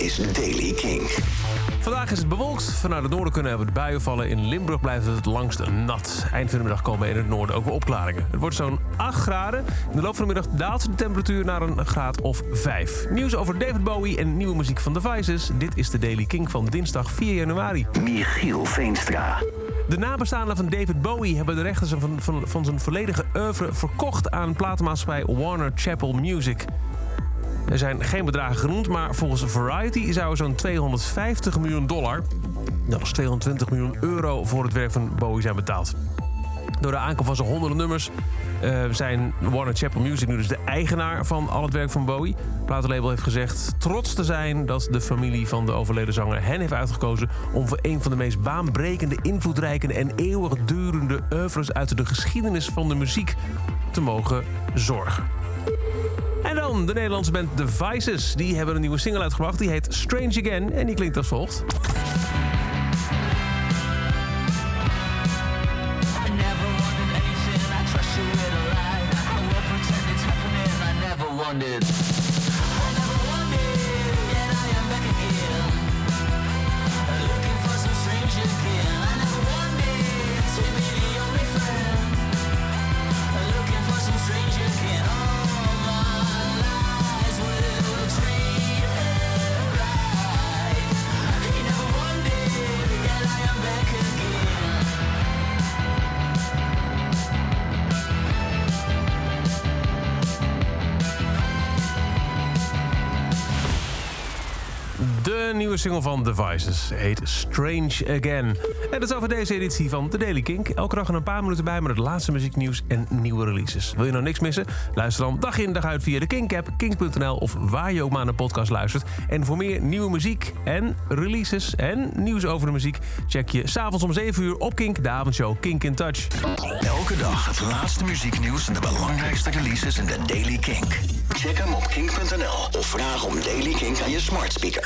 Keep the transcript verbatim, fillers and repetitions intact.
is Daily King. Vandaag is het bewolkt. Vanuit het noorden kunnen er wat buien vallen. In Limburg blijft het het langst nat. Eind van de middag komen in het noorden ook weer opklaringen. Het wordt zo'n acht graden. In de loop van de middag daalt de temperatuur naar een graad of vijf. Nieuws over David Bowie en nieuwe muziek van Devices. Dit is de Daily King van dinsdag vier januari. Michiel Veenstra. De nabestaanden van David Bowie hebben de rechten van, van, van zijn volledige oeuvre verkocht aan platenmaatschappij Warner Chappell Music. Er zijn geen bedragen genoemd, maar volgens Variety zou zo'n tweehonderdvijftig miljoen dollar... dat is tweehonderdtwintig miljoen euro voor het werk van Bowie zijn betaald. Door de aankoop van zijn honderden nummers uh, zijn Warner Chappell Music nu dus de eigenaar van al het werk van Bowie. Het platenlabel heeft gezegd trots te zijn dat de familie van de overleden zanger hen heeft uitgekozen om voor een van de meest baanbrekende, invloedrijke en eeuwigdurende oeuvres uit de geschiedenis van de muziek te mogen zorgen. En dan de Nederlandse band Devices. Die hebben een nieuwe single uitgebracht. Die heet Strange Again en die klinkt als volgt. De nieuwe single van Devices heet Strange Again. En dat is over deze editie van The Daily King. Elke dag een paar minuten bij met het laatste muzieknieuws en nieuwe releases. Wil je nou niks missen? Luister dan dag in dag uit via de Kink-app, kink punt n l of waar je ook maar naar een podcast luistert. En voor meer nieuwe muziek en releases en nieuws over de muziek check je 's avonds om zeven uur op Kink, de avondshow Kink in Touch. Elke dag het laatste muzieknieuws en de belangrijkste releases in de Daily Kink. Check hem op kink punt n l of vraag om Daily Kink aan je smart speaker.